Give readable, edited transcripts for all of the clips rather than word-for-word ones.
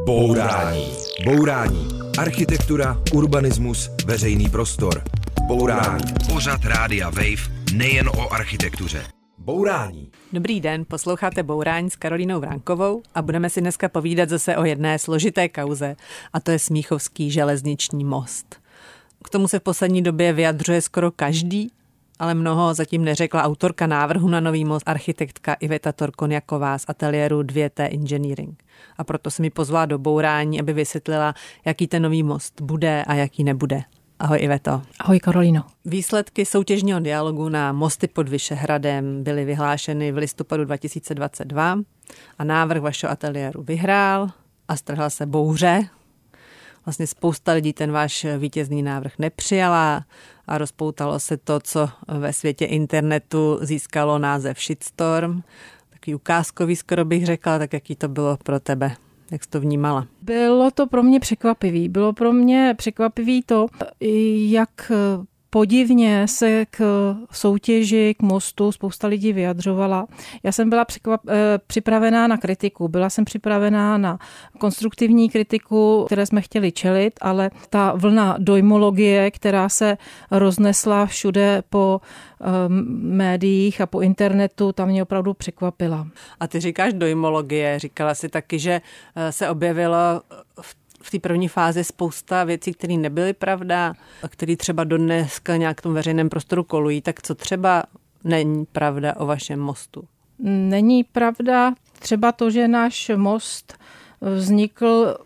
Bourání. Bourání. Architektura, urbanismus, veřejný prostor. Bourání. Pořad Rádia Wave nejen o architektuře. Bourání. Dobrý den, posloucháte Bourání s Karolínou Vránkovou a budeme si dneska povídat zase o jedné složité kauze, a to je Smíchovský železniční most. K tomu se v poslední době vyjadřuje skoro každý, ale mnoho zatím neřekla autorka návrhu na nový most, architektka Iveta Torkonjaková z ateliéru 2T Engineering. A proto se mi pozvala do Bourání, aby vysvětlila, jaký ten nový most bude a jaký nebude. Ahoj Iveto. Ahoj Karolíno. Výsledky soutěžního dialogu na mosty pod Vyšehradem byly vyhlášeny v listopadu 2022 a návrh vašeho ateliéru vyhrál a strhla se bouře. Vlastně spousta lidí ten váš vítězný návrh nepřijala a rozpoutalo se to, co ve světě internetu získalo název shitstorm. Takový ukázkový, skoro bych řekla, tak jaký to bylo pro tebe? Jak jsi to vnímala? Bylo to pro mě překvapivý. Bylo pro mě překvapivý to, jak podivně se k soutěži, k mostu spousta lidí vyjadřovala. Já jsem byla připravená na kritiku, byla jsem připravená na konstruktivní kritiku, které jsme chtěli čelit, ale ta vlna dojmologie, která se roznesla všude po médiích a po internetu, tam mě opravdu překvapila. A ty říkáš dojmologie, říkala jsi taky, že se objevilo v té první fázi spousta věcí, které nebyly pravda a které třeba dodneska nějak v tom veřejném prostoru kolují. Tak co třeba není pravda o vašem mostu? Není pravda třeba to, že náš most vznikl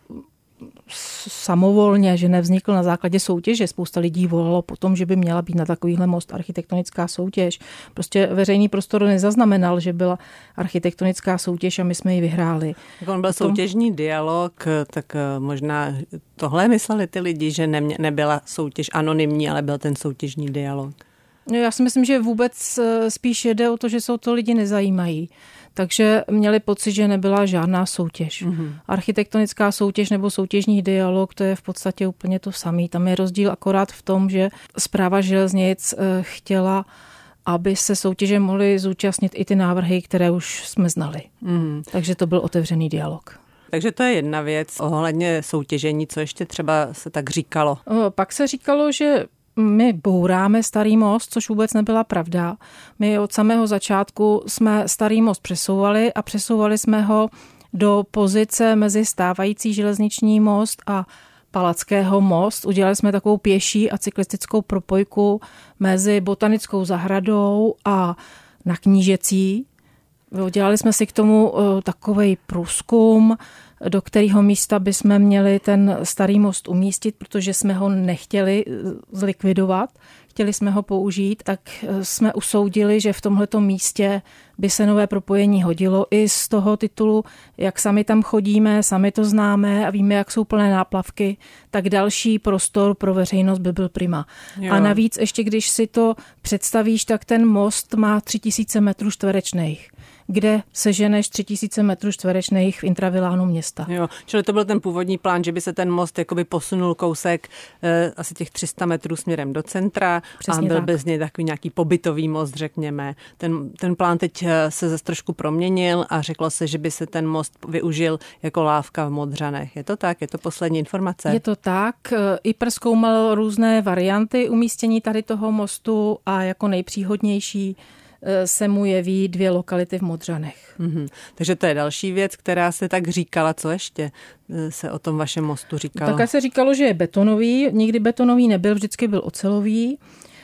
samovolně, že nevznikl na základě soutěže. Spousta lidí volalo po tom, že by měla být na takovýhle most architektonická soutěž. Prostě veřejný prostor nezaznamenal, že byla architektonická soutěž a my jsme ji vyhráli. Tak on byl soutěžní dialog, tak možná tohle mysleli ty lidi, že nebyla soutěž anonymní, ale byl ten soutěžní dialog. Já si myslím, že vůbec spíš jde o to, že se o to lidi nezajímají. Takže měli pocit, že nebyla žádná soutěž. Mm-hmm. Architektonická soutěž nebo soutěžní dialog, to je v podstatě úplně to samé. Tam je rozdíl akorát v tom, že Správa železnic chtěla, aby se soutěže mohly zúčastnit i ty návrhy, které už jsme znali. Mm-hmm. Takže to byl otevřený dialog. Takže to je jedna věc ohledně soutěžení, co ještě třeba se tak říkalo. Pak se říkalo, že my bouráme starý most, což vůbec nebyla pravda. My od samého začátku jsme starý most přesouvali a přesouvali jsme ho do pozice mezi stávající železniční most a Palackého most. Udělali jsme takovou pěší a cyklistickou propojku mezi Botanickou zahradou a na Knížecí. Udělali jsme si k tomu takovej průzkum, do kterého místa bychom měli ten starý most umístit, protože jsme ho nechtěli zlikvidovat, chtěli jsme ho použít, tak jsme usoudili, že v tomhletom místě by se nové propojení hodilo i z toho titulu, jak sami tam chodíme, sami to známe a víme, jak jsou plné náplavky, tak další prostor pro veřejnost by byl prima. Jo. A navíc ještě, když si to představíš, tak ten most má 3000 metrů čtverečných. Kde seženeš 3000 metrů čtverečných v intravilánu města. Jo, čili to byl ten původní plán, že by se ten most jakoby posunul kousek asi těch 300 metrů směrem do centra. Přesně a byl by z něj takový nějaký pobytový most, řekněme. Ten plán teď se zase trošku proměnil a řeklo se, že by se ten most využil jako lávka v Modřanech. Je to tak? Je to poslední informace? Je to tak. I prozkoumal různé varianty umístění tady toho mostu a jako nejpříhodnější se mu jeví 2 lokality v Modřanech. Mm-hmm. Takže to je další věc, která se tak říkala. Co ještě se o tom vašem mostu říkalo? Také se říkalo, že je betonový. Nikdy betonový nebyl, vždycky byl ocelový.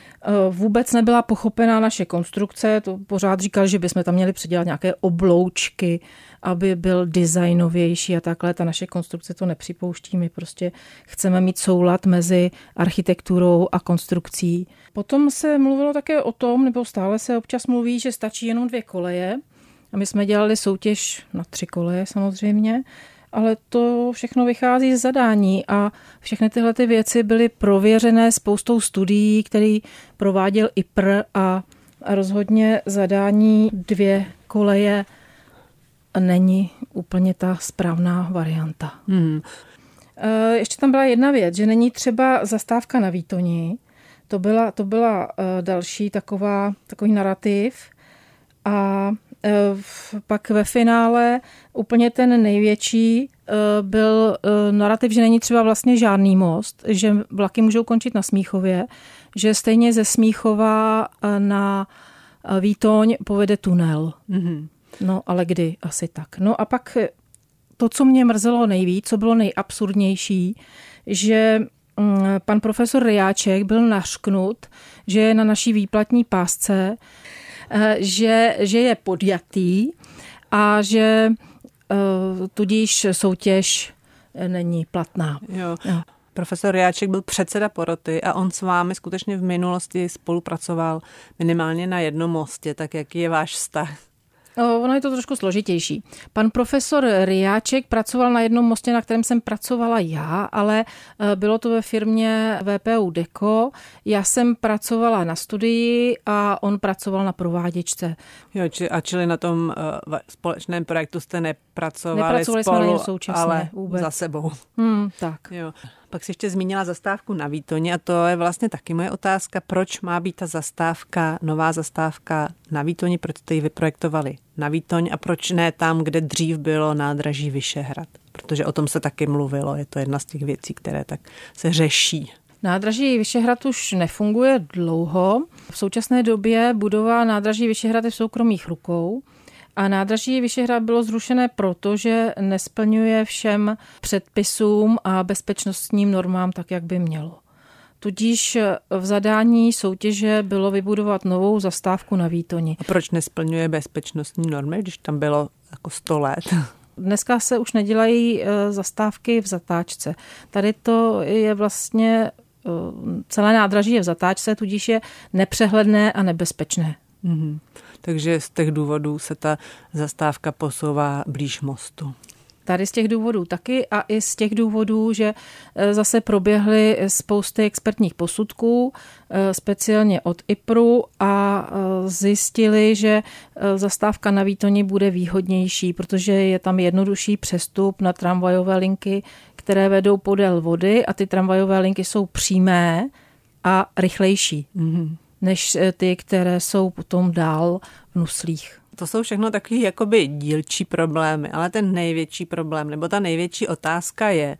Vůbec nebyla pochopená naše konstrukce. To pořád říkali, že bychom tam měli přidělat nějaké obloučky, aby byl designovější a takhle. Ta naše konstrukce to nepřipouští. My prostě chceme mít soulad mezi architekturou a konstrukcí. Potom se mluvilo také o tom, nebo stále se občas mluví, že stačí jenom 2 koleje. A my jsme dělali soutěž na 3 koleje samozřejmě. Ale to všechno vychází z zadání a všechny tyhle ty věci byly prověřené spoustou studií, který prováděl IPR a rozhodně zadání 2 koleje není úplně ta správná varianta. Ještě tam byla jedna věc, že není třeba zastávka na Výtoni. To byla další takový narrativ a pak ve finále úplně ten největší byl narrativ, že není třeba vlastně žádný most, že vlaky můžou končit na Smíchově, že stejně ze Smíchova na Výtoň povede tunel. Mm-hmm. No ale kdy? Asi tak. No a pak to, co mě mrzelo nejvíc, co bylo nejabsurdnější, že pan profesor Ryáček byl nařknut, že je na naší výplatní pásce, že je podjatý a že tudíž soutěž není platná. Jo. Profesor Ryáček byl předseda poroty a on s vámi skutečně v minulosti spolupracoval minimálně na jednom mostě. Tak jaký je váš vztah? Ono je to trošku složitější. Pan profesor Ryáček pracoval na jednom mostě, na kterém jsem pracovala já, ale bylo to ve firmě VPU Deco. Já jsem pracovala na studii a on pracoval na prováděčce. Jo, čili na tom společném projektu jste nepracovali spolu, ale vůbec. Za sebou. Tak. Jo. Pak si ještě zmínila zastávku na Výtoni a to je vlastně taky moje otázka, proč má být ta zastávka, nová zastávka na Výtoni, proč jste ji vyprojektovali na Výtoň a proč ne tam, kde dřív bylo nádraží Vyšehrad, protože o tom se taky mluvilo, je to jedna z těch věcí, které tak se řeší. Nádraží Vyšehrad už nefunguje dlouho. V současné době budova nádraží Vyšehrad je v soukromých rukou. A nádraží Vyšehrad bylo zrušené proto, že nesplňuje všem předpisům a bezpečnostním normám tak, jak by mělo. Tudíž v zadání soutěže bylo vybudovat novou zastávku na Výtoni. A proč nesplňuje bezpečnostní normy, když tam bylo jako 100 let? Dneska se už nedělají zastávky v zatáčce. Tady to je vlastně celé nádraží je v zatáčce, tudíž je nepřehledné a nebezpečné. Mm-hmm. Takže z těch důvodů se ta zastávka posouvá blíž mostu. Tady z těch důvodů taky a i z těch důvodů, že zase proběhly spousty expertních posudků, speciálně od IPRu a zjistili, že zastávka na Výtoni bude výhodnější, protože je tam jednodušší přestup na tramvajové linky, které vedou podél vody a ty tramvajové linky jsou přímé a rychlejší. Mm-hmm. Než ty, které jsou potom dál v nuslích. To jsou všechno takové jakoby dílčí problémy, ale ten největší problém, nebo ta největší otázka je,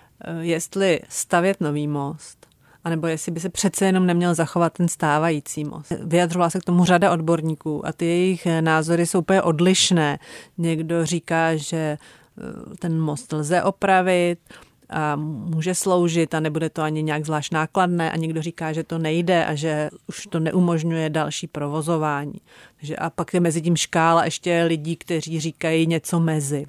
jestli stavět nový most, anebo jestli by se přece jenom neměl zachovat ten stávající most. Vyjadřovala se k tomu řada odborníků a ty jejich názory jsou úplně odlišné. Někdo říká, že ten most lze opravit, a může sloužit a nebude to ani nějak zvlášť nákladné a někdo říká, že to nejde a že už to neumožňuje další provozování. Takže a pak je mezi tím škála ještě lidí, kteří říkají něco mezi.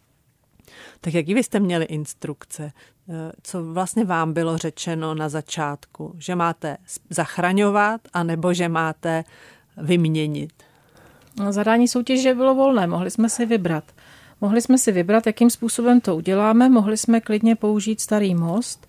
Tak jaký vy jste měli instrukce? Co vlastně vám bylo řečeno na začátku? Že máte zachraňovat anebo že máte vyměnit? Zadání soutěže bylo volné, mohli jsme si vybrat. Mohli jsme si vybrat, jakým způsobem to uděláme, mohli jsme klidně použít starý most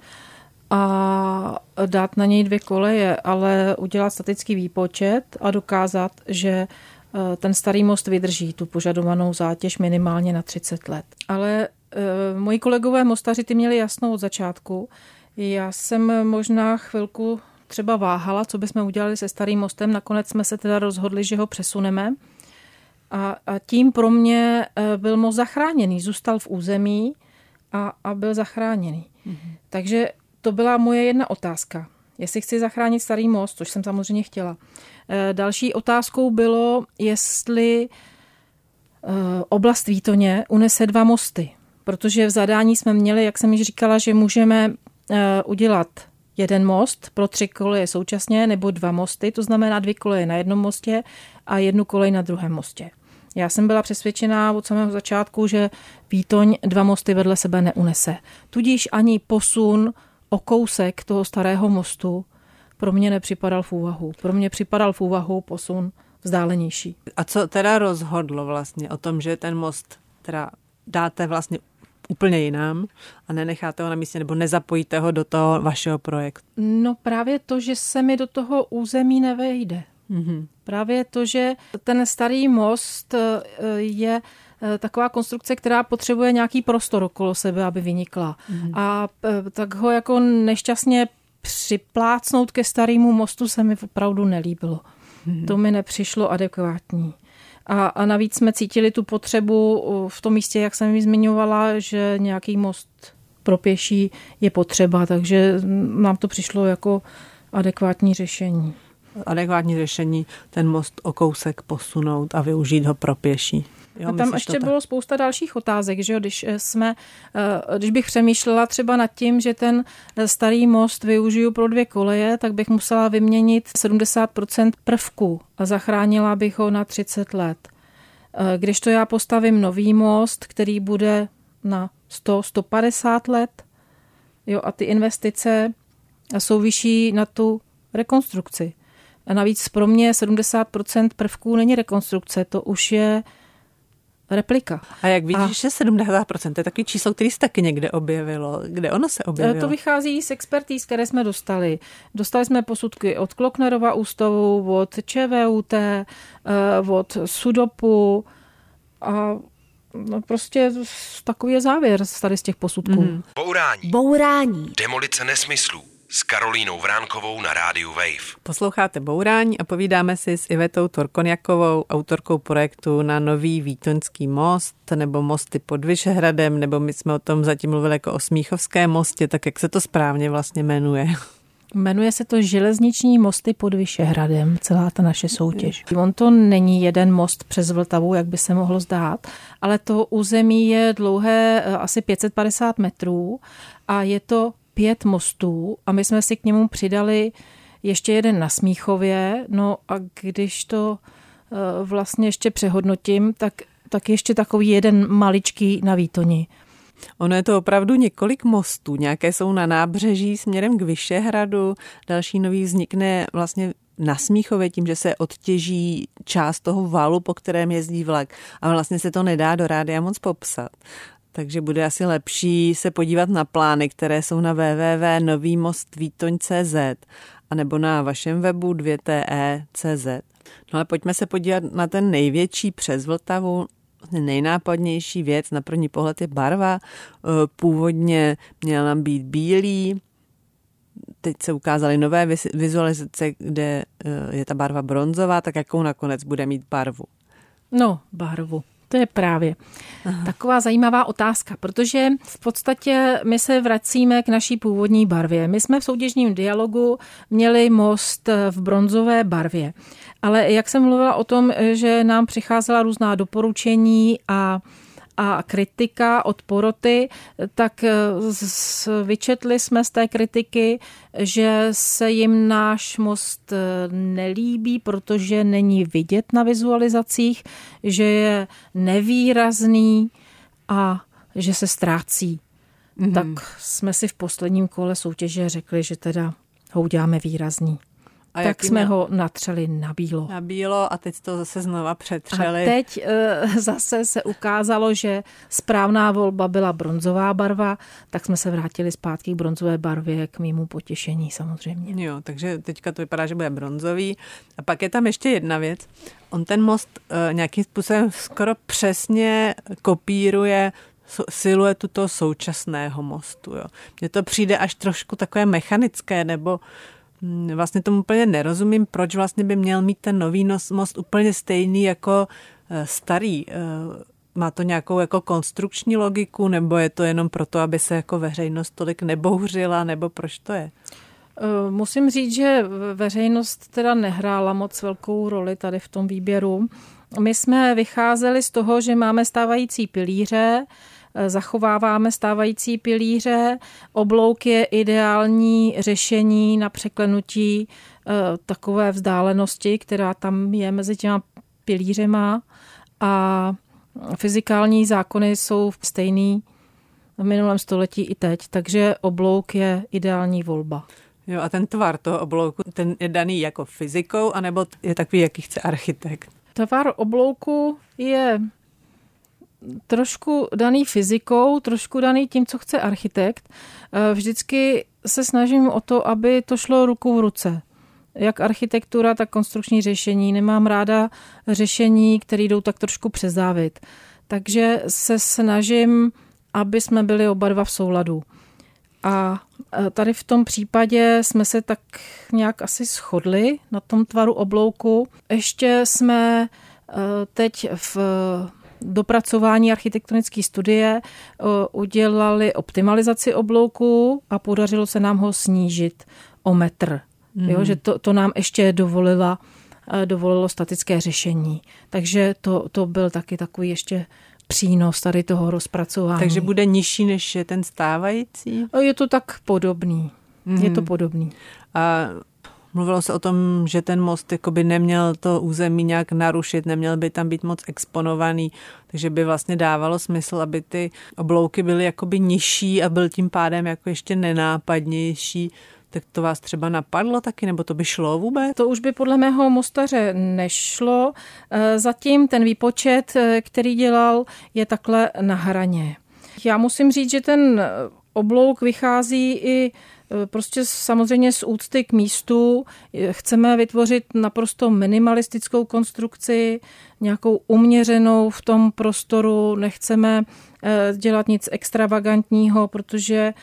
a dát na něj 2 koleje, ale udělat statický výpočet a dokázat, že ten starý most vydrží tu požadovanou zátěž minimálně na 30 let. Ale moji kolegové mostaři ty měli jasno od začátku. Já jsem možná chvilku třeba váhala, co bychom udělali se starým mostem, nakonec jsme se teda rozhodli, že ho přesuneme. A tím pro mě byl most zachráněný. Zůstal v území a byl zachráněný. Mm-hmm. Takže to byla moje jedna otázka. Jestli chci zachránit starý most, což jsem samozřejmě chtěla. Další otázkou bylo, jestli oblast Výtoně unese 2 mosty. Protože v zadání jsme měli, jak jsem již říkala, že můžeme udělat 1 most pro 3 koleje současně nebo 2 mosty, to znamená 2 koleje na jednom mostě a 1 kolej na druhém mostě. Já jsem byla přesvědčená od samého začátku, že Výtoň 2 mosty vedle sebe neunese. Tudíž ani posun o kousek toho starého mostu pro mě nepřipadal v úvahu. Pro mě připadal v úvahu posun vzdálenější. A co teda rozhodlo vlastně o tom, že ten most teda dáte vlastně úplně jinam a nenecháte ho na místě nebo nezapojíte ho do toho vašeho projektu? No právě to, že se mi do toho území nevejde. Mm-hmm. Právě to, že ten starý most je taková konstrukce, která potřebuje nějaký prostor okolo sebe, aby vynikla. Mm-hmm. A tak ho jako nešťastně připlácnout ke starému mostu se mi opravdu nelíbilo. Mm-hmm. To mi nepřišlo adekvátní. A navíc jsme cítili tu potřebu v tom místě, jak jsem ji zmiňovala, že nějaký most pro pěší je potřeba, takže nám to přišlo jako adekvátní řešení. Adekvátní řešení, ten most o kousek posunout a využít ho pro pěší. Jo, a tam ještě bylo spousta dalších otázek, že jo? Když bych přemýšlela třeba nad tím, že ten starý most využiju pro 2 koleje, tak bych musela vyměnit 70% prvků a zachránila bych ho na 30 let. Když to já postavím nový most, který bude na 100-150 let, jo, a ty investice jsou vyšší na tu rekonstrukci. A navíc pro mě 70% prvků není rekonstrukce, to už je replika. A jak vidíš, že 70% to je takový číslo, který jsi taky někde objevilo. Kde ono se objevilo? To vychází z expertíz, které jsme dostali. Dostali jsme posudky od Klocknerova ústavu, od ČVUT, od SUDOPu a prostě takový je závěr tady z těch posudků. Bourání. Demolice nesmyslů. S Karolínou Vránkovou na rádiu Wave. Posloucháte Bourání a povídáme si s Ivetou Torkonjakovou, autorkou projektu na nový Vítoňský most, nebo mosty pod Vyšehradem, nebo my jsme o tom zatím mluvili jako o Smíchovském mostě, tak jak se to správně vlastně jmenuje? Jmenuje se to Železniční mosty pod Vyšehradem, celá ta naše soutěž. On to není jeden most přes Vltavu, jak by se mohlo zdát, ale to území je dlouhé asi 550 metrů a je to 5 mostů a my jsme si k němu přidali ještě jeden na Smíchově, no a když to vlastně ještě přehodnotím, tak ještě takový jeden maličký na Výtoni. Ono je to opravdu několik mostů, nějaké jsou na nábřeží směrem k Vyšehradu, další nový vznikne vlastně na Smíchově tím, že se odtěží část toho valu, po kterém jezdí vlak a vlastně se to nedá do rádia moc popsat. Takže bude asi lepší se podívat na plány, které jsou na www.novýmostvitoň.cz a nebo na vašem webu 2te.cz. No ale pojďme se podívat na ten největší přes Vltavu. Nejnápadnější věc na první pohled je barva. Původně měla nám být bílý, teď se ukázaly nové vizualizace, kde je ta barva bronzová, tak jakou nakonec bude mít barvu? No, barvu. To je právě taková zajímavá otázka, protože v podstatě my se vracíme k naší původní barvě. My jsme v soutěžním dialogu měli most v bronzové barvě, ale jak jsem mluvila o tom, že nám přicházela různá doporučení a kritika od poroty, tak vyčetli jsme z té kritiky, že se jim náš most nelíbí, protože není vidět na vizualizacích, že je nevýrazný a že se ztrácí. Mm-hmm. Tak jsme si v posledním kole soutěže řekli, že teda ho uděláme výrazný. A tak jsme ho natřeli na bílo. Na bílo a teď to zase znova přetřeli. A teď zase se ukázalo, že správná volba byla bronzová barva, tak jsme se vrátili zpátky k bronzové barvě, k mému potěšení samozřejmě. Jo, takže teďka to vypadá, že bude bronzový. A pak je tam ještě jedna věc. On ten most nějakým způsobem skoro přesně kopíruje siluetu toho současného mostu. Jo. Mně to přijde až trošku takové mechanické, nebo vlastně tomu úplně nerozumím, proč vlastně by měl mít ten nový most úplně stejný jako starý. Má to nějakou jako konstrukční logiku, nebo je to jenom proto, aby se jako veřejnost tolik nebouřila, nebo proč to je? Musím říct, že veřejnost teda nehrála moc velkou roli tady v tom výběru. My jsme vycházeli z toho, že máme stávající pilíře, zachováváme stávající pilíře. Oblouk je ideální řešení na překlenutí takové vzdálenosti, která tam je mezi těma pilířema a fyzikální zákony jsou stejný v minulém století i teď, takže oblouk je ideální volba. Jo, a ten tvar toho oblouku, ten je daný jako fyzikou, anebo je takový, jaký chce architekt? Tvar oblouku je trošku daný fyzikou, trošku daný tím, co chce architekt. Vždycky se snažím o to, aby to šlo ruku v ruce. Jak architektura, tak konstrukční řešení. Nemám ráda řešení, které jdou tak trošku přes závit. Takže se snažím, aby jsme byli oba dva v souladu. A tady v tom případě jsme se tak nějak asi shodli na tom tvaru oblouku. Ještě jsme teď v dopracování architektonické studie udělali optimalizaci oblouku a podařilo se nám ho snížit o metr. Jo, že to nám ještě dovolilo statické řešení. Takže to byl taky takový ještě přínos tady toho rozpracování. Takže bude nižší než je ten stávající? Je to tak podobný. Je to podobný. A mluvilo se o tom, že ten most jakoby neměl to území nějak narušit, neměl by tam být moc exponovaný, takže by vlastně dávalo smysl, aby ty oblouky byly jakoby nižší a byl tím pádem jako ještě nenápadnější. Tak to vás třeba napadlo taky, nebo to by šlo vůbec? To už by podle mého mostaře nešlo. Zatím ten výpočet, který dělal, je takhle na hraně. Já musím říct, že ten oblouk vychází i prostě samozřejmě z úcty k místu. Chceme vytvořit naprosto minimalistickou konstrukci, nějakou uměřenou v tom prostoru. Nechceme dělat nic extravagantního, protože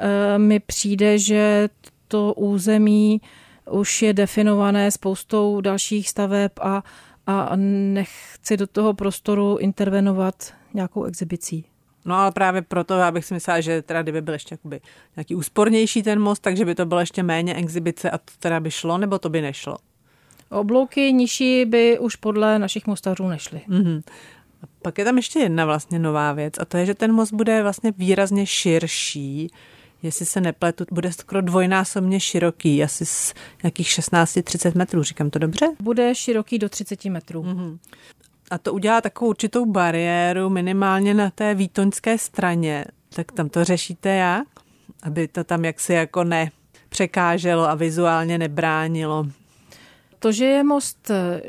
mi přijde, že to území už je definované spoustou dalších staveb a nechci do toho prostoru intervenovat nějakou exibicí. No ale právě proto já bych si myslela, že teda kdyby byl ještě jakoby nějaký úspornější ten most, takže by to bylo ještě méně exibice a to teda by šlo, nebo to by nešlo? Oblouky nižší by už podle našich mostařů nešly. Mm-hmm. A pak je tam ještě jedna vlastně nová věc a to je, že ten most bude vlastně výrazně širší. Jestli se nepletu, bude skoro dvojnásobně široký, asi z nějakých 16-30 metrů, říkám to dobře? Bude široký do 30 metrů. Mm-hmm. A to udělá takovou určitou bariéru minimálně na té výtoňské straně. Tak tam to řešíte jak? Aby to tam jaksi jako nepřekáželo a vizuálně nebránilo. To, že je most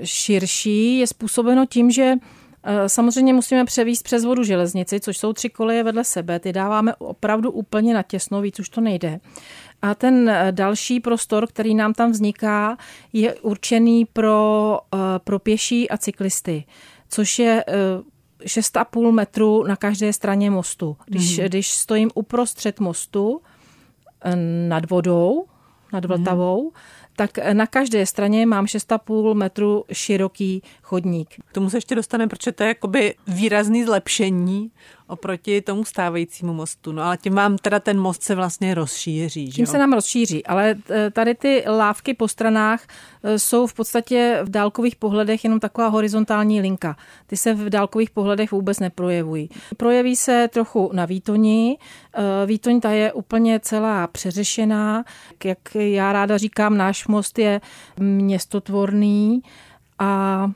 širší, je způsobeno tím, že samozřejmě musíme převízt přes vodu železnici, což jsou 3 koleje vedle sebe. Ty dáváme opravdu úplně natěsno, víc už to nejde. A ten další prostor, který nám tam vzniká, je určený pro pěší a cyklisty, což je 6,5 metru na každé straně mostu. Když stojím uprostřed mostu nad vodou, nad Vltavou, tak na každé straně mám 6,5 metru široký chodník. K tomu se ještě dostaneme, protože to je jakoby výrazný zlepšení oproti tomu stávajícímu mostu. No ale tím vám teda ten most se vlastně rozšíří, že jo? Tím se nám rozšíří, ale tady ty lávky po stranách jsou v podstatě v dálkových pohledech jenom taková horizontální linka. Ty se v dálkových pohledech vůbec neprojevují. Projeví se trochu na Výtoni. Výtoň ta je úplně celá přeřešená. Jak já ráda říkám, náš most je městotvorný a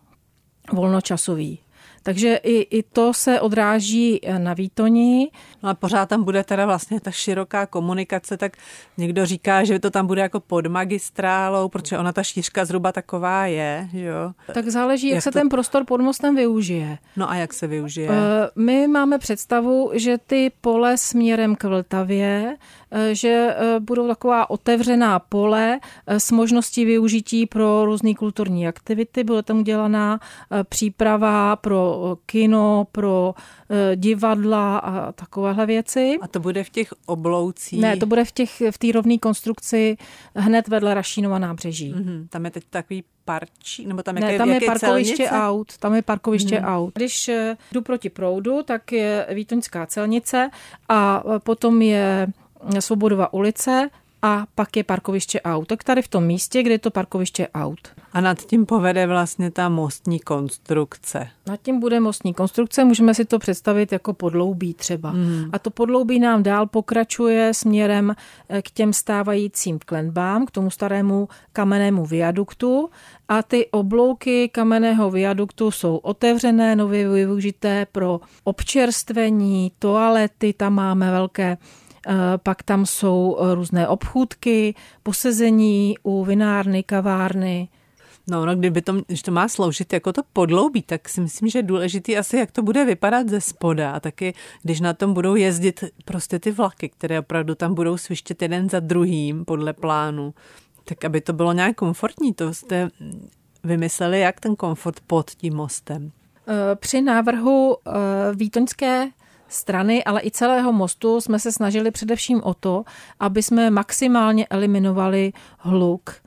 volnočasový. Takže i to se odráží na Výtoni. No a pořád tam bude teda vlastně ta široká komunikace, tak někdo říká, že to tam bude jako pod magistrálou, protože ona ta šířka zhruba taková je, jo. Tak záleží, jak se ten prostor pod mostem využije. No a jak se využije? My máme představu, že ty pole směrem k Vltavě, že budou taková otevřená pole s možností využití pro různé kulturní aktivity. Bude tam udělaná příprava pro kino, pro divadla a takovéhle věci. A to bude v těch obloucích? Ne, to bude v té rovné konstrukci hned vedle Rašínova nábřeží. Mm-hmm. Tam je teď takový parčí, nebo tam, tam je parkoviště aut. Tam je parkoviště aut. Když jdu proti proudu, tak je Výtoňská celnice a potom je Svobodova ulice a pak je parkoviště aut. Tak tady v tom místě, kde je to parkoviště aut. A nad tím povede vlastně ta mostní konstrukce. Nad tím bude mostní konstrukce, můžeme si to představit jako podloubí třeba. A to podloubí nám dál pokračuje směrem k těm stávajícím klenbám, k tomu starému kamennému viaduktu a ty oblouky kamenného viaduktu jsou otevřené, nově využité pro občerstvení, toalety, tam máme velké. Pak tam jsou různé obchůdky, posezení u vinárny, kavárny. No, když to má sloužit jako to podloubí, tak si myslím, že je důležitý asi, jak to bude vypadat ze spoda. A taky, když na tom budou jezdit prostě ty vlaky, které opravdu tam budou svištět jeden za druhým podle plánu, tak aby to bylo nějak komfortní. To jste vymysleli, jak ten komfort pod tím mostem? Při návrhu výtoňské strany, ale i celého mostu jsme se snažili především o to, aby jsme maximálně eliminovali hluk.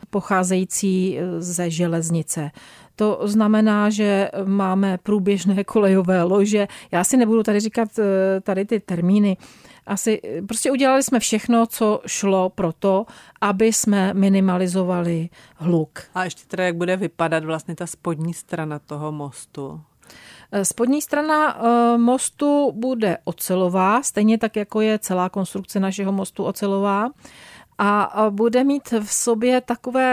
pocházející ze železnice. To znamená, že máme průběžné kolejové lože. Já si nebudu tady říkat tady ty termíny. Prostě udělali jsme všechno, co šlo pro to, aby jsme minimalizovali hluk. A ještě teda, jak bude vypadat vlastně ta spodní strana toho mostu? Spodní strana mostu bude ocelová, stejně tak, jako je celá konstrukce našeho mostu ocelová. A bude mít v sobě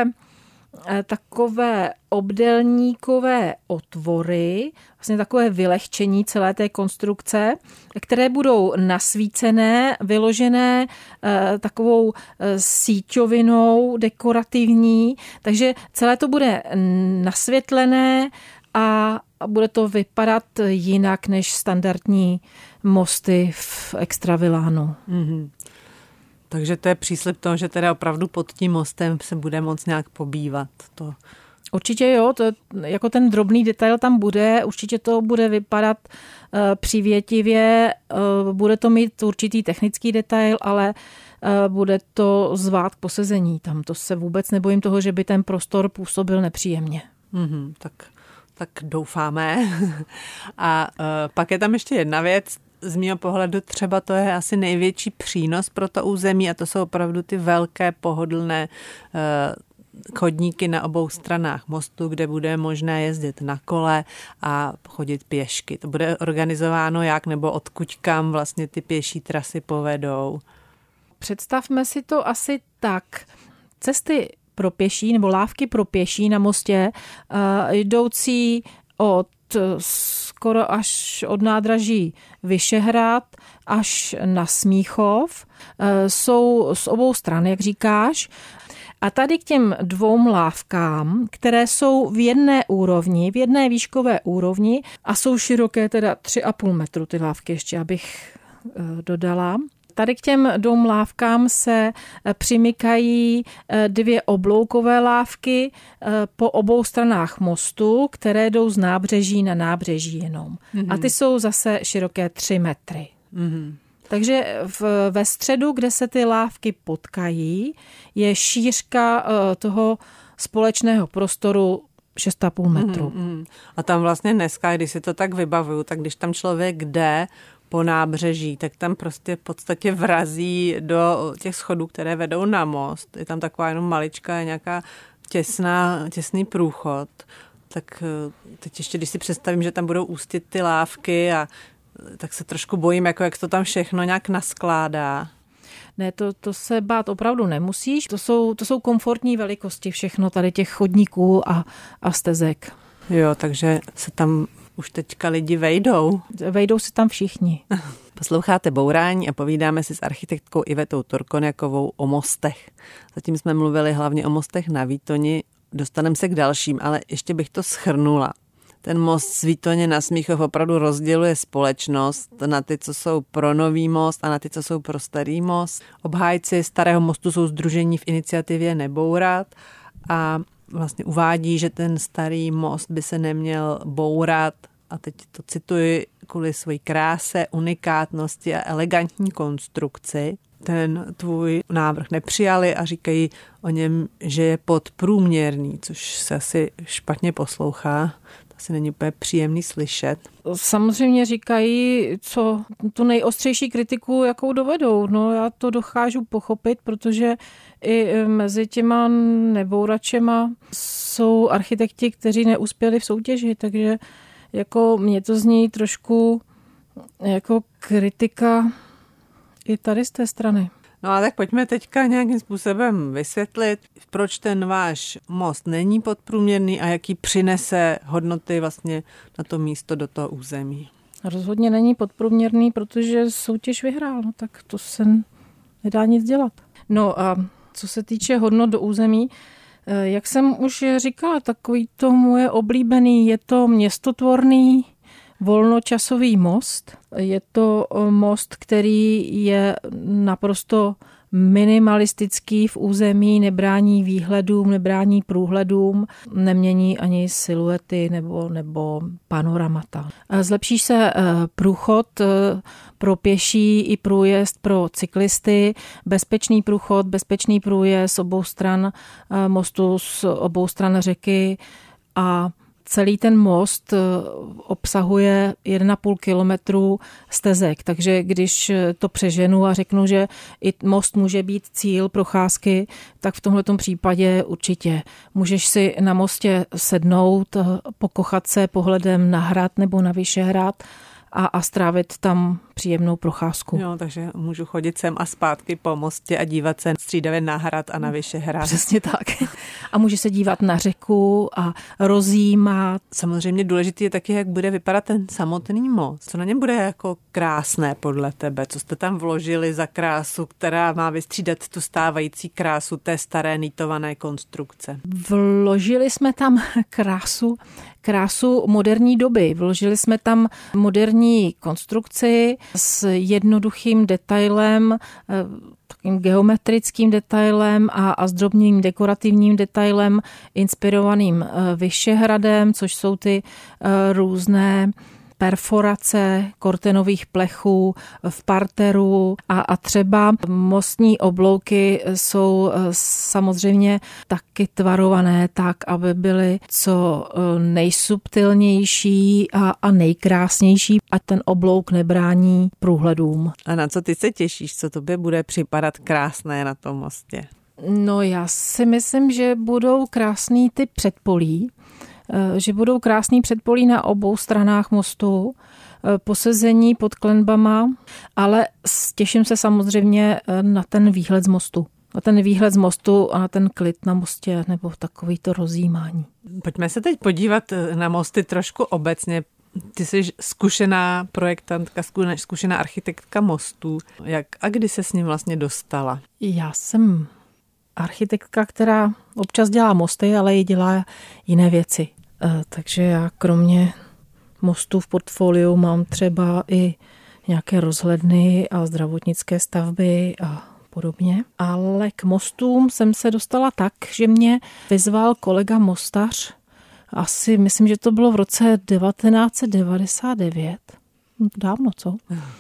takové obdélníkové otvory, vlastně takové vylehčení celé té konstrukce, které budou nasvícené, vyložené takovou síťovinou dekorativní, takže celé to bude nasvětlené a bude to vypadat jinak než standardní mosty v extravilánu. Mm-hmm. Takže to je příslib toho, že teda opravdu pod tím mostem se bude moc nějak pobývat. To. Určitě jo, to jako ten drobný detail tam bude, určitě to bude vypadat přívětivě, bude to mít určitý technický detail, ale bude to zvát k posezení tam. To se vůbec nebojím toho, že by ten prostor působil nepříjemně. Mm-hmm, tak doufáme. A pak je tam ještě jedna věc. Z mého pohledu třeba to je asi největší přínos pro to území a to jsou opravdu ty velké pohodlné chodníky na obou stranách mostu, kde bude možné jezdit na kole a chodit pěšky. To bude organizováno jak nebo odkud kam vlastně ty pěší trasy povedou? Představme si to asi tak. Cesty pro pěší nebo lávky pro pěší na mostě jdoucí skoro až od nádraží Vyšehrad až na Smíchov jsou z obou stran, jak říkáš. A tady k těm dvou lávkám, které jsou v jedné úrovni, v jedné výškové úrovni a jsou široké teda 3,5 metru ty lávky, ještě abych dodala. Tady k těm dvou lávkám se přimykají dvě obloukové lávky po obou stranách mostu, které jdou z nábřeží na nábřeží jenom. Mm-hmm. A ty jsou zase široké 3 metry. Mm-hmm. Takže ve středu, kde se ty lávky potkají, je šířka toho společného prostoru 6,5 metru. A tam vlastně dneska, když si to tak vybavuju, tak když tam člověk jde po nábřeží, tak tam prostě v podstatě vrazí do těch schodů, které vedou na most. Je tam taková jenom maličká, nějaká těsný průchod. Tak teď ještě, když si představím, že tam budou ústit ty lávky, tak se trošku bojím, jak to tam všechno nějak naskládá. Ne, to se bát opravdu nemusíš. To jsou komfortní velikosti všechno tady těch chodníků a stezek. Jo, takže se tam už teďka lidi vejdou. Vejdou se tam všichni. Posloucháte Bourání a povídáme si s architektkou Ivetou Turkonjakovou o mostech. Zatím jsme mluvili hlavně o mostech na Výtoni, dostaneme se k dalším, ale ještě bych to shrnula. Ten most z Výtoně na Smíchov opravdu rozděluje společnost na ty, co jsou pro nový most a na ty, co jsou pro starý most. Obhájci starého mostu jsou sdružení v iniciativě Nebourat a vlastně uvádí, že ten starý most by se neměl bourat, a teď to cituji, kvůli své kráse, unikátnosti a elegantní konstrukci. Ten tvůj návrh nepřijali a říkají o něm, že je podprůměrný, což se asi špatně poslouchá. To asi není úplně příjemný slyšet. Samozřejmě říkají, co tu nejostřejší kritiku, jakou dovedou. No, já to dokážu pochopit, protože i mezi těma nebouračema jsou architekti, kteří neuspěli v soutěži, takže jako mně to zní trošku jako kritika i tady z té strany. No a tak pojďme teďka nějakým způsobem vysvětlit, proč ten váš most není podprůměrný a jaký přinese hodnoty vlastně na to místo do toho území. Rozhodně není podprůměrný, protože soutěž vyhrál, no tak to se nedá nic dělat. No a co se týče hodnot do území, jak jsem už říkala, takový to moje oblíbený, je to městotvorný volnočasový most. Je to most, který je naprosto minimalistický v území, nebrání výhledům, nebrání průhledům, nemění ani siluety nebo panoramata. Zlepší se průchod pro pěší i průjezd pro cyklisty, bezpečný průchod, bezpečný průjezd z obou stran mostu, z obou stran řeky a celý ten most obsahuje 1,5 kilometru stezek, takže když to přeženu a řeknu, že i most může být cíl procházky, tak v tomhletom případě určitě můžeš si na mostě sednout, pokochat se pohledem na hrad nebo na Vyšehrad a strávit tam příjemnou procházku. Jo, takže můžu chodit sem a zpátky po mostě a dívat se střídavě na hrad a na Vyšehrad. Přesně tak. A může se dívat na řeku a rozjímat. Samozřejmě důležité je taky, jak bude vypadat ten samotný most. Co na něm bude jako krásné podle tebe? Co jste tam vložili za krásu, která má vystřídat tu stávající krásu té staré nitované konstrukce? Vložili jsme tam krásu moderní doby. Vložili jsme tam moderní konstrukci s jednoduchým detailem, takým geometrickým detailem a s drobným dekorativním detailem inspirovaným Vyšehradem, což jsou ty různé perforace kortenových plechů v parteru a třeba mostní oblouky jsou samozřejmě taky tvarované tak, aby byly co nejsubtilnější a nejkrásnější a ten oblouk nebrání průhledům. A na co ty se těšíš? Co tobě bude připadat krásné na tom mostě? No já si myslím, že budou krásný ty předpolí, že budou krásný předpolí na obou stranách mostu, posezení pod klenbama, ale těším se samozřejmě na ten výhled z mostu. Na ten výhled z mostu a na ten klid na mostě nebo takový to rozjímání. Pojďme se teď podívat na mosty trošku obecně. Ty jsi zkušená projektantka, zkušená architektka mostů. Jak a kdy se s ním vlastně dostala? Já jsem architektka, která občas dělá mosty, ale i dělá jiné věci. Takže já kromě mostů v portfoliu mám třeba i nějaké rozhledny a zdravotnické stavby a podobně. Ale k mostům jsem se dostala tak, že mě vyzval kolega mostař, asi myslím, že to bylo v roce 1999. Dávno, co?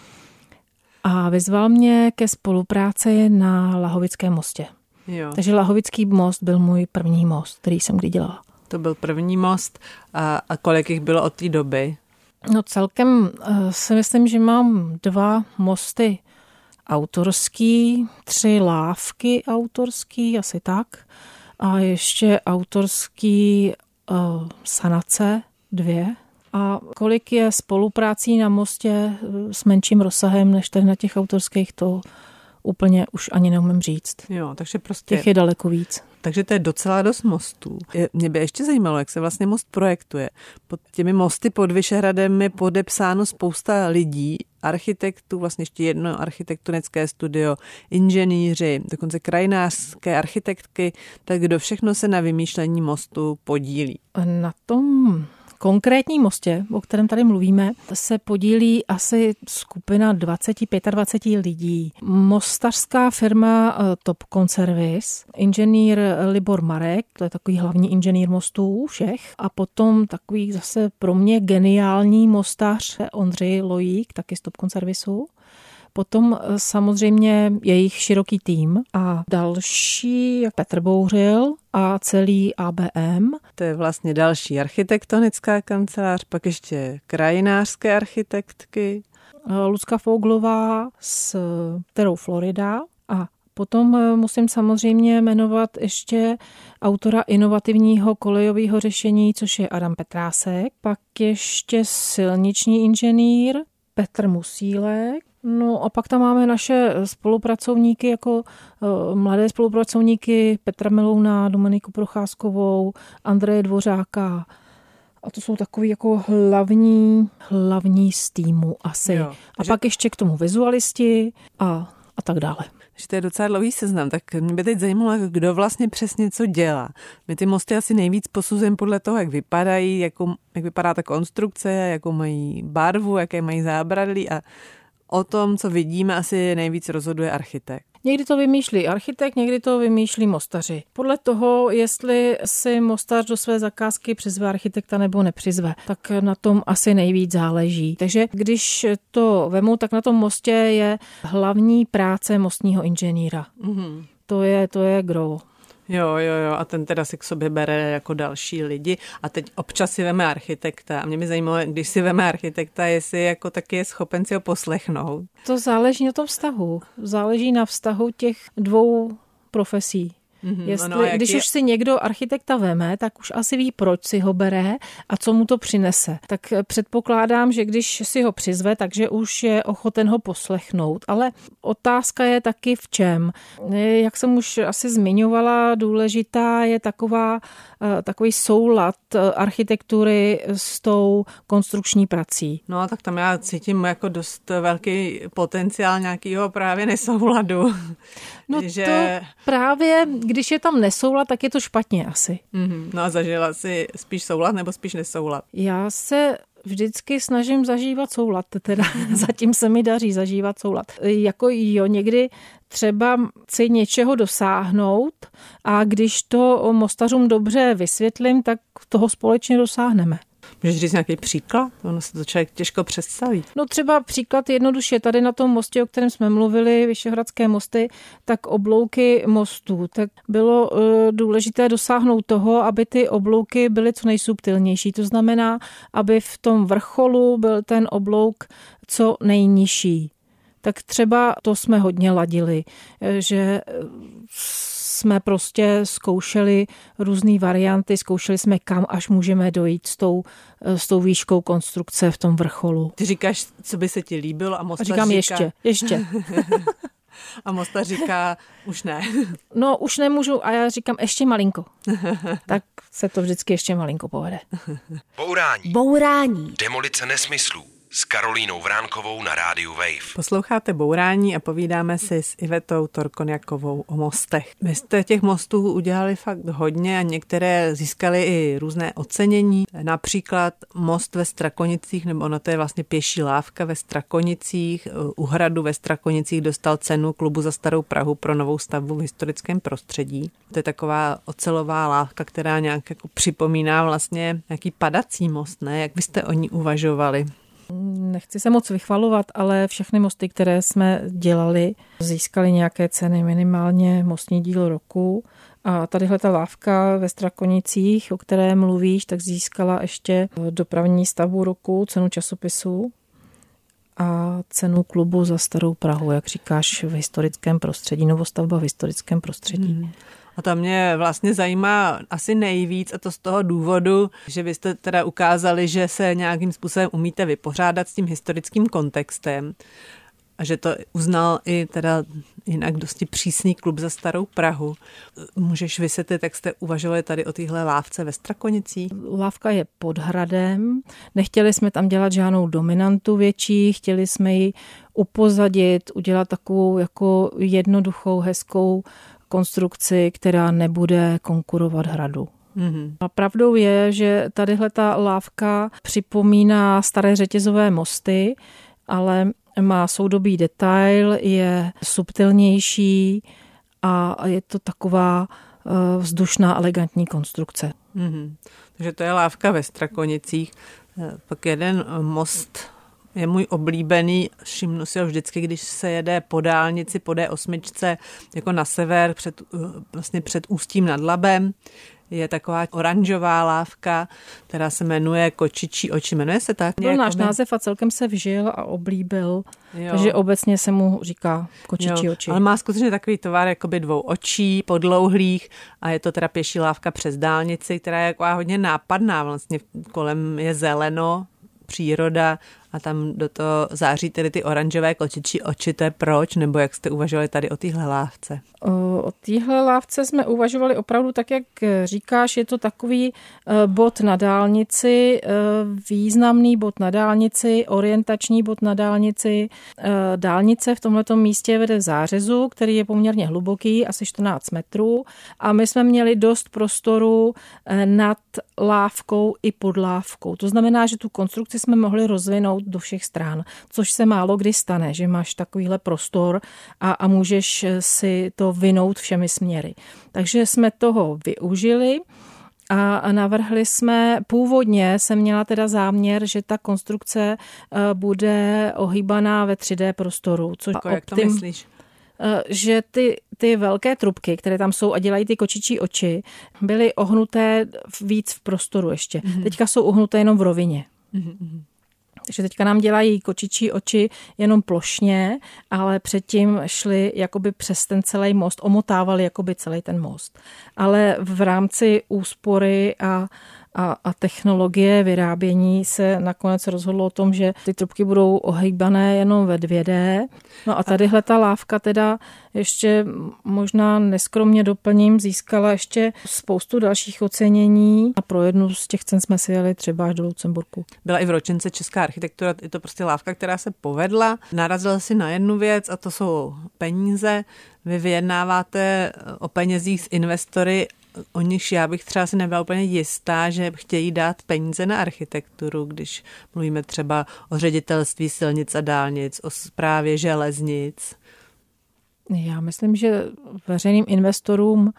A vyzval mě ke spolupráci na Lahovickém mostě. Jo. Takže Lahovický most byl můj první most, který jsem kdy dělala. To byl první most a kolik jich bylo od té doby? No celkem si myslím, že mám 2 mosty autorský, 3 lávky autorský, asi tak. A ještě autorský sanace 2. A kolik je spoluprácí na mostě s menším rozsahem než na těch autorských, to úplně už ani neumím říct. Jo, takže prostě těch je daleko víc. Takže to je docela dost mostů. Mě by ještě zajímalo, jak se vlastně most projektuje. Pod těmi mosty pod Vyšehradem je podepsáno spousta lidí, architektů, vlastně ještě jedno architektonické studio, inženýři, dokonce krajinářské architektky, tak kdo všechno se na vymýšlení mostu podílí? Na tom konkrétním mostě, o kterém tady mluvíme, se podílí asi skupina 20-25 lidí. Mostařská firma Topcon Service, inženýr Libor Marek, to je takový hlavní inženýr mostů všech, a potom takový zase pro mě geniální mostař Ondřej Lojík, taky z Topcon Servisu. Potom samozřejmě jejich široký tým a další Petr Bouřil a celý ABM. To je vlastně další architektonická kancelář, pak ještě krajinářské architektky. Lucka Foglová s kterou Florida a potom musím samozřejmě jmenovat ještě autora inovativního kolejového řešení, což je Adam Petrásek, pak ještě silniční inženýr Petr Musílek. No a pak tam máme naše spolupracovníky, jako mladé spolupracovníky Petra Melouna, Dominiku Procházkovou, Andreje Dvořáka. A to jsou takový jako hlavní z týmu asi. Jo, a pak ještě k tomu vizualisti a tak dále. Že to je docela dlouhý seznam, tak mě by teď zajímalo, kdo vlastně přesně co dělá. My ty mosty asi nejvíc posuzujeme podle toho, jak vypadají, jak vypadá ta konstrukce, jakou mají barvu, jaké mají zábradlí a o tom, co vidíme, asi nejvíc rozhoduje architekt. Někdy to vymýšlí architekt, někdy to vymýšlí mostaři. Podle toho, jestli si mostař do své zakázky přizve architekta nebo nepřizve, tak na tom asi nejvíc záleží. Takže když to vemu, tak na tom mostě je hlavní práce mostního inženýra. Mm-hmm. To je gro. Jo, a ten teda si k sobě bere jako další lidi a teď občas si veme architekta a mě by zajímalo, když si veme architekta, jestli jako taky je schopen si ho poslechnout. To záleží na tom vztahu, záleží na vztahu těch dvou profesí. Když už si někdo architekta veme, tak už asi ví, proč si ho bere a co mu to přinese. Tak předpokládám, že když si ho přizve, takže už je ochoten ho poslechnout. Ale otázka je taky v čem. Jak jsem už asi zmiňovala, důležitá je takový soulad architektury s tou konstrukční prací. No a tak tam já cítím jako dost velký potenciál nějakého právě nesouladu. No to právě, když je tam nesoulad, tak je to špatně asi. Mm-hmm. No a zažila si spíš soulad nebo spíš nesoulad? Já se vždycky snažím zažívat soulad, teda zatím se mi daří zažívat soulad. Někdy třeba chci něčeho dosáhnout a když to mostařům dobře vysvětlím, tak toho společně dosáhneme. Můžeš říct nějaký příklad? Ono se to člověk těžko představí. No třeba příklad jednoduše. Tady na tom mostě, o kterém jsme mluvili, Vyšehradské mosty, tak oblouky mostů. Tak bylo důležité dosáhnout toho, aby ty oblouky byly co nejsubtilnější. To znamená, aby v tom vrcholu byl ten oblouk co nejnižší. Tak třeba to jsme hodně ladili, že jsme prostě zkoušeli různé varianty, zkoušeli jsme, kam až můžeme dojít s tou výškou konstrukce v tom vrcholu. Ty říkáš, co by se ti líbilo a mostař říkám říká... ještě. A mostař říká, už ne. No, už nemůžu a já říkám ještě malinko. Tak se to vždycky ještě malinko povede. Bourání. Demolice nesmyslů. S Karolínou Vránkovou na rádiu Wave. Posloucháte Bourání a povídáme si s Ivetou Torkonjakovou o mostech. Vy jste těch mostů udělali fakt hodně a některé získaly i různé ocenění. Například most ve Strakonicích, nebo ono to je vlastně pěší lávka ve Strakonicích. U hradu ve Strakonicích dostal cenu Klubu za starou Prahu pro novou stavbu v historickém prostředí. To je taková ocelová lávka, která nějak jako připomíná vlastně nějaký padací most, ne? Jak vy jste o ní uvažovali? Nechci se moc vychvalovat, ale všechny mosty, které jsme dělali, získaly nějaké ceny, minimálně mostní díl roku. A tadyhle ta lávka ve Strakonicích, o které mluvíš, tak získala ještě dopravní stavbu roku, cenu časopisu a cenu Klubu za starou Prahu, jak říkáš, v historickém prostředí, novostavba v historickém prostředí. A to mě vlastně zajímá asi nejvíc a to z toho důvodu, že vy jste teda ukázali, že se nějakým způsobem umíte vypořádat s tím historickým kontextem a že to uznal i teda jinak dosti přísný Klub za starou Prahu. Můžeš vysvětlit, jak jste uvažovali tady o téhle lávce ve Strakonicích? Lávka je pod hradem, nechtěli jsme tam dělat žádnou dominantu větší, chtěli jsme ji upozadit, udělat takovou jako jednoduchou, hezkou konstrukci, která nebude konkurovat hradu. Mm-hmm. A pravdou je, že tadyhle ta lávka připomíná staré řetězové mosty, ale má soudobý detail, je subtilnější a je to taková vzdušná, elegantní konstrukce. Mm-hmm. Takže to je lávka ve Strakonicích. Pak jeden most je můj oblíbený, všimnu si ho vždycky, když se jede po dálnici, po D8, jako na sever, před Ústím nad Labem. Je taková oranžová lávka, která se jmenuje Kočičí oči. Jmenuje se tak? Byl náš název a celkem se vžil a oblíbil. Jo. Takže obecně se mu říká Kočičí oči. Ale má skutečně takový tvar jakoby dvou očí, podlouhlých a je to teda pěší lávka přes dálnici, která je taková hodně nápadná. Vlastně kolem je zeleno, příroda a tam do toho září tedy ty oranžové kočičí oči, to je proč? Nebo jak jste uvažovali tady o téhle lávce? O téhle lávce jsme uvažovali opravdu tak, jak říkáš, je to takový bod na dálnici, významný bod na dálnici, orientační bod na dálnici. Dálnice v tomhleto místě vede v zářezu, který je poměrně hluboký, asi 14 metrů a my jsme měli dost prostoru nad lávkou i pod lávkou. To znamená, že tu konstrukci jsme mohli rozvinout vyvinout do všech stran, což se málo kdy stane, že máš takovýhle prostor a můžeš si to vinout všemi směry. Takže jsme toho využili a navrhli jsme, původně jsem měla teda záměr, že ta konstrukce bude ohýbaná ve 3D prostoru. Což jak to myslíš? Že ty velké trubky, které tam jsou a dělají ty kočičí oči, byly ohnuté víc v prostoru ještě. Teďka jsou ohnuté jenom v rovině. Takže teďka nám dělají kočičí oči jenom plošně, ale předtím šli jakoby přes ten celý most, omotávali jakoby celý ten most. Ale v rámci úspory a technologie vyrábění se nakonec rozhodlo o tom, že ty trubky budou ohýbané jenom ve 2D. No a tadyhle ta lávka teda ještě možná neskromně doplním, získala ještě spoustu dalších ocenění a pro jednu z těch cen jsme si jeli třeba až do Lucemburku. Byla i v ročence Česká architektura, je to prostě lávka, která se povedla. Narazila si na jednu věc a to jsou peníze. Vy vyjednáváte o penězích s investory, o nichž já bych třeba si nebyla úplně jistá, že chtějí dát peníze na architekturu, když mluvíme třeba o ředitelství silnic a dálnic, o správě železnic. Já myslím, že veřejným investorům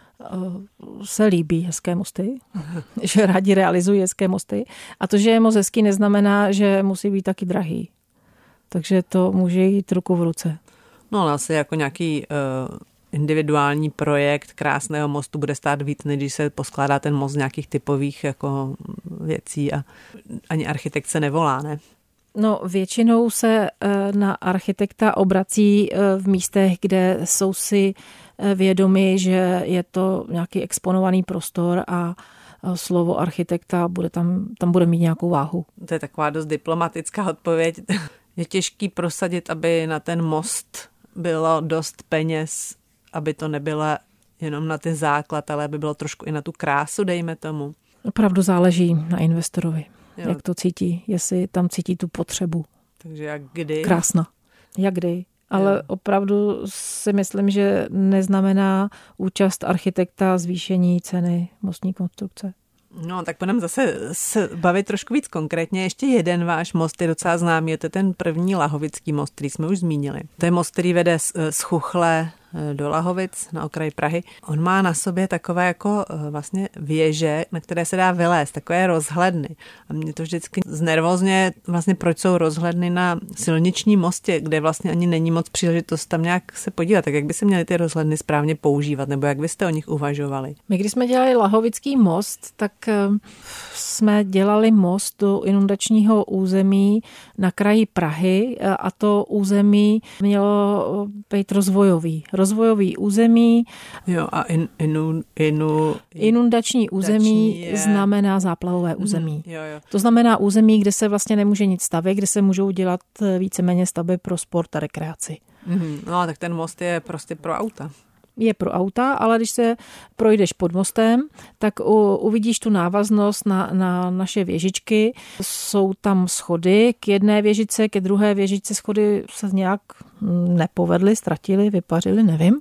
se líbí hezké mosty, že rádi realizují hezké mosty. A to, že je moc hezký, neznamená, že musí být taky drahý. Takže to může jít ruku v ruce. No ale asi jako nějaký individuální projekt krásného mostu bude stát víc, než když se poskládá ten most z nějakých typových jako věcí a ani architekt se nevolá, ne? No, většinou se na architekta obrací v místech, kde jsou si vědomi, že je to nějaký exponovaný prostor a slovo architekta tam bude mít nějakou váhu. To je taková dost diplomatická odpověď. Je těžký prosadit, aby na ten most bylo dost peněz, aby to nebylo jenom na ten základ, ale aby bylo trošku i na tu krásu, dejme tomu. Opravdu záleží na investorovi, jak to cítí, jestli tam cítí tu potřebu. Takže jak kdy? Krásno. Jak kdy. Ale opravdu si myslím, že neznamená účast architekta zvýšení ceny mostní konstrukce. No, tak budeme zase se bavit trošku víc konkrétně. Ještě jeden váš most je docela známý, je to ten první Lahovický most, který jsme už zmínili. To je most, který vede z Chuchle do Lahovic na okraji Prahy. On má na sobě takové jako vlastně věže, na které se dá vylézt, takové rozhledny. A mě to vždycky znervozňuje, vlastně proč jsou rozhledny na silničním mostě, kde vlastně ani není moc příležitost tam nějak se podívat. Tak jak by se měly ty rozhledny správně používat, nebo jak byste o nich uvažovali? My, když jsme dělali Lahovický most, tak jsme dělali most do inundačního území na kraji Prahy a to území mělo být rozvojový území. Jo, a inundační území znamená záplavové území. Jo. To znamená území, kde se vlastně nemůže nic stavět, kde se můžou dělat víceméně stavby pro sport a rekreaci. No, tak ten most je prostě pro auta. Je pro auta, ale když se projdeš pod mostem, tak uvidíš tu návaznost na naše věžičky. Jsou tam schody k jedné věžičce, ke druhé věžičce schody se nějak nepovedly, ztratily, vypařily, nevím.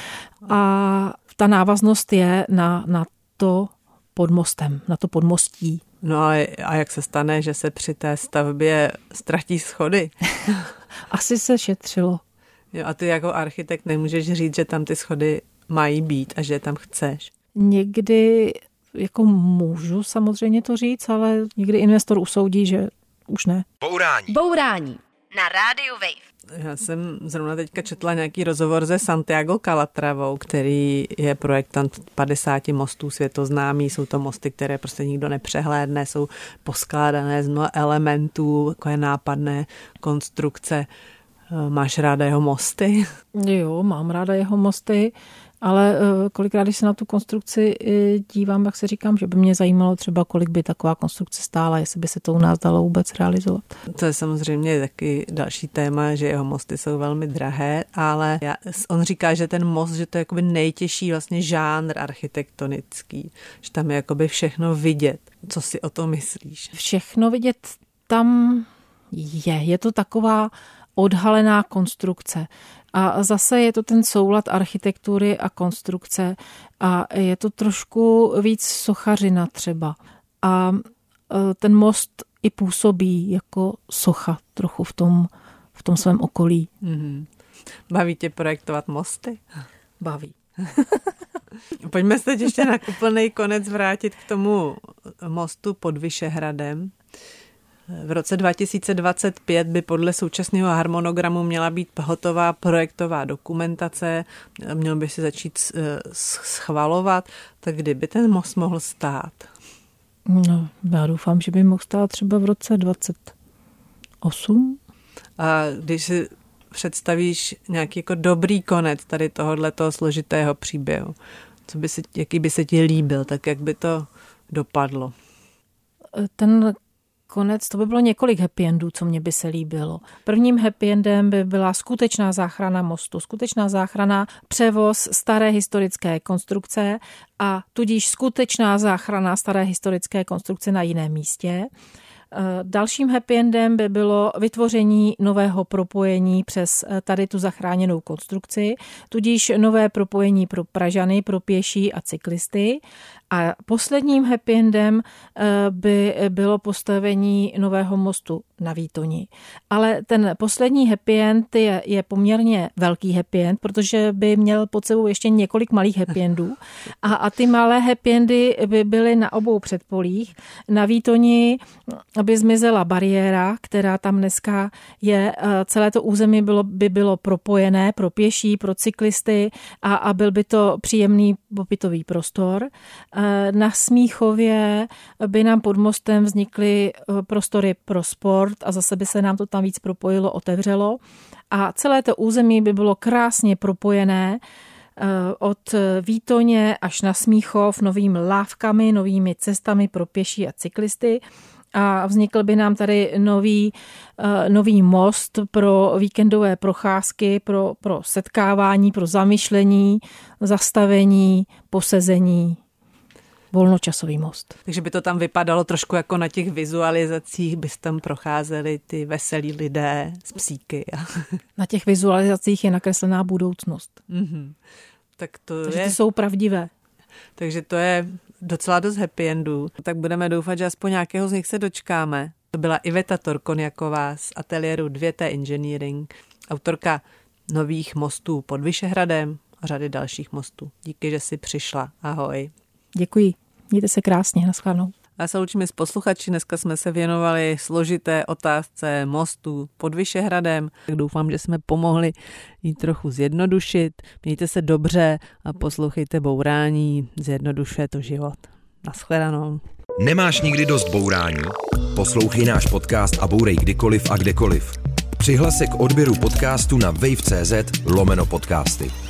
A ta návaznost je na to pod mostem, na to podmostí. No a jak se stane, že se při té stavbě ztratí schody? Asi se šetřilo. Jo, a ty jako architekt nemůžeš říct, že tam ty schody mají být a že je tam chceš. Někdy jako můžu samozřejmě to říct, ale někdy investor usoudí, že už ne. Bourání na rádiu Wave. Já jsem zrovna teďka četla nějaký rozhovor se Santiago Calatravou, který je projektant 50 mostů světoznámý. Jsou to mosty, které prostě nikdo nepřehlédne, jsou poskládané z mnoha elementů, takové nápadné konstrukce. Máš ráda jeho mosty? Jo, mám ráda jeho mosty, ale kolikrát, když se na tu konstrukci dívám, tak se říkám, že by mě zajímalo třeba, kolik by taková konstrukce stála, jestli by se to u nás dalo vůbec realizovat. To je samozřejmě taky další téma, že jeho mosty jsou velmi drahé, ale on říká, že ten most, že to je jakoby nejtěžší vlastně žánr architektonický, že tam je jakoby všechno vidět. Co si o tom myslíš? Všechno vidět tam je to taková odhalená konstrukce. A zase je to ten soulad architektury a konstrukce a je to trošku víc sochařina třeba. A ten most i působí jako socha trochu v tom svém okolí. Mm-hmm. Baví tě projektovat mosty? Baví. Pojďme se teď ještě na úplný konec vrátit k tomu mostu pod Vyšehradem. V roce 2025 by podle současného harmonogramu měla být hotová projektová dokumentace, měl by se začít schvalovat, tak kdy by ten most mohl stát? No, já doufám, že by mohl stát třeba v roce 2028. A když si představíš nějaký jako dobrý konec tady tohoto složitého příběhu, jaký by se ti líbil, tak jak by to dopadlo? Ten konec, to by bylo několik happy endů, co mě by se líbilo. Prvním happy endem by byla skutečná záchrana mostu, skutečná záchrana, převoz staré historické konstrukce a tudíž skutečná záchrana staré historické konstrukce na jiném místě. Dalším happy endem by bylo vytvoření nového propojení přes tady tu zachráněnou konstrukci, tudíž nové propojení pro Pražany, pro pěší a cyklisty. A posledním happy endem by bylo postavení nového mostu na Výtoni. Ale ten poslední happy end je poměrně velký happy end, protože by měl pod sebou ještě několik malých happy endů. A ty malé happy endy by byly na obou předpolích. Na Výtoni by zmizela bariéra, která tam dneska je. Celé to území by bylo propojené pro pěší, pro cyklisty a byl by to příjemný pobytový prostor. Na Smíchově by nám pod mostem vznikly prostory pro sport a zase by se nám to tam víc propojilo, otevřelo. A celé to území by bylo krásně propojené od Výtoně až na Smíchov novými lávkami, novými cestami pro pěší a cyklisty. A vznikl by nám tady nový most pro víkendové procházky, pro setkávání, pro zamyšlení, zastavení, posezení. Volnočasový most. Takže by to tam vypadalo trošku jako na těch vizualizacích, by tam procházeli ty veselí lidé z psíky. Na těch vizualizacích je nakreslená budoucnost. Mm-hmm. Takže ty jsou pravdivé. Takže to je docela dost happy endů. Tak budeme doufat, že aspoň nějakého z nich se dočkáme. To byla Iveta Torkonjaková z ateliéru 2T Engineering, autorka nových mostů pod Vyšehradem a řady dalších mostů. Díky, že jsi přišla. Ahoj. Děkuji. Mějte se krásně. Naschledanou. A se loučíme s posluchači. Dneska jsme se věnovali složité otázce mostu pod Vyšehradem. Tak doufám, že jsme pomohli ji trochu zjednodušit. Mějte se dobře a poslouchejte Bourání. Zjednodušuje to život. Naschledanou. Nemáš nikdy dost bourání? Poslouchej náš podcast a bourej kdykoliv a kdekoliv. Přihlas se k odběru podcastu na wave.cz/podcasty.